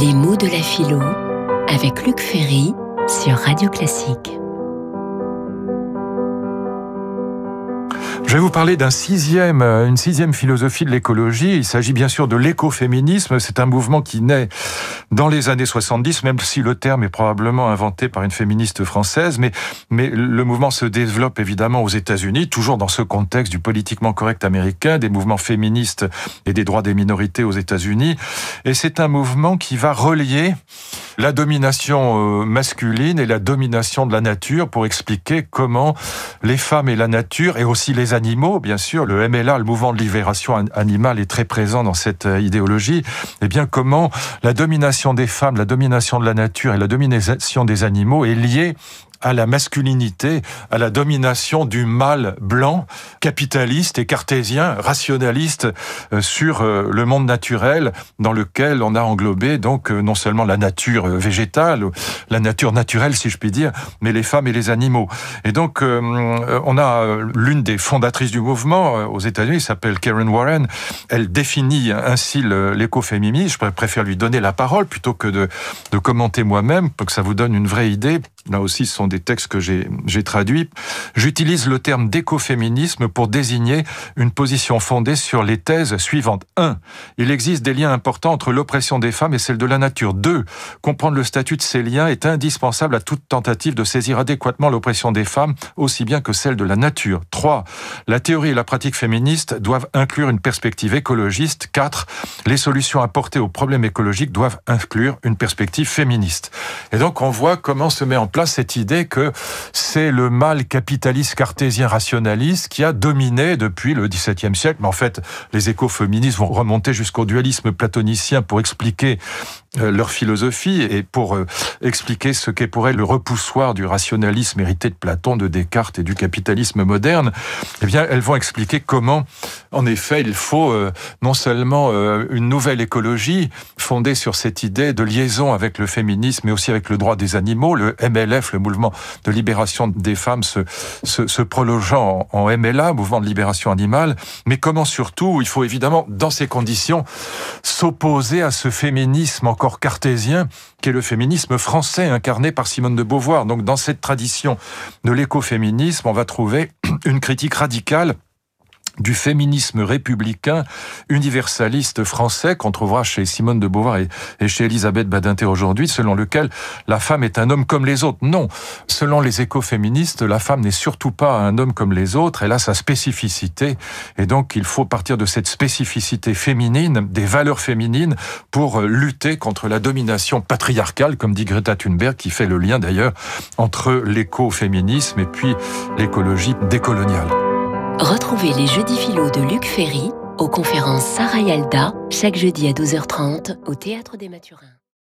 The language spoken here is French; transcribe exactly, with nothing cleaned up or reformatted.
Les mots de la philo avec Luc Ferry sur Radio Classique. Je vais vous parler d'un sixième, une sixième philosophie de l'écologie. Il s'agit bien sûr de l'écoféminisme. C'est un mouvement qui naît dans les années soixante-dix, même si le terme est probablement inventé par une féministe française. Mais, mais le mouvement se développe évidemment aux États-Unis, toujours dans ce contexte du politiquement correct américain, des mouvements féministes et des droits des minorités aux États-Unis. Et c'est un mouvement qui va relier la domination masculine et la domination de la nature pour expliquer comment les femmes et la nature, et aussi les animaux, bien sûr, le M L A, le mouvement de libération animale, est très présent dans cette idéologie, et bien comment la domination des femmes, la domination de la nature et la domination des animaux est liée à la masculinité, à la domination du mâle blanc, capitaliste et cartésien, rationaliste euh, sur euh, le monde naturel dans lequel on a englobé donc euh, non seulement la nature végétale, la nature naturelle si je puis dire, mais les femmes et les animaux. Et donc euh, on a l'une des fondatrices du mouvement euh, aux États-Unis, s'appelle Karen Warren. Elle définit ainsi le, l'écoféminisme. Je préfère lui donner la parole plutôt que de, de commenter moi-même pour que ça vous donne une vraie idée. Là aussi, ce sont des textes que j'ai, j'ai traduits. J'utilise le terme d'écoféminisme pour désigner une position fondée sur les thèses suivantes. un. Il existe des liens importants entre l'oppression des femmes et celle de la nature. deux. Comprendre le statut de ces liens est indispensable à toute tentative de saisir adéquatement l'oppression des femmes, aussi bien que celle de la nature. trois. La théorie et la pratique féministes doivent inclure une perspective écologiste. quatre. Les solutions apportées aux problèmes écologiques doivent inclure une perspective féministe. Et donc, on voit comment se met en place cette idée que c'est le mâle capitaliste cartésien rationaliste qui a dominé depuis le dix-septième siècle. Mais en fait, les écoféministes vont remonter jusqu'au dualisme platonicien pour expliquer euh, leur philosophie et pour euh, expliquer ce qu'est pour elles le repoussoir du rationalisme hérité de Platon, de Descartes et du capitalisme moderne. Eh bien, elles vont expliquer comment, en effet, il faut euh, non seulement euh, une nouvelle écologie fondée sur cette idée de liaison avec le féminisme, mais aussi avec le droit des animaux, le M L F, le mouvement de libération des femmes, se, se, se prolongeant en, en M L A, mouvement de libération animale, mais comment surtout, il faut évidemment, dans ces conditions, s'opposer à ce féminisme encore cartésien, qui est le féminisme français, incarné par Simone de Beauvoir. Donc dans cette tradition de l'écoféminisme, on va trouver une critique radicale du féminisme républicain universaliste français qu'on trouvera chez Simone de Beauvoir et, et chez Elisabeth Badinter aujourd'hui, selon lequel la femme est un homme comme les autres. Non, selon les écoféministes, la femme n'est surtout pas un homme comme les autres, elle a sa spécificité, et donc il faut partir de cette spécificité féminine, des valeurs féminines, pour lutter contre la domination patriarcale, comme dit Greta Thunberg, qui fait le lien d'ailleurs entre l'écoféminisme et puis l'écologie décoloniale. Retrouvez les jeudis philo de Luc Ferry aux conférences Sarah Yalda, chaque jeudi à douze heures trente au Théâtre des Mathurins.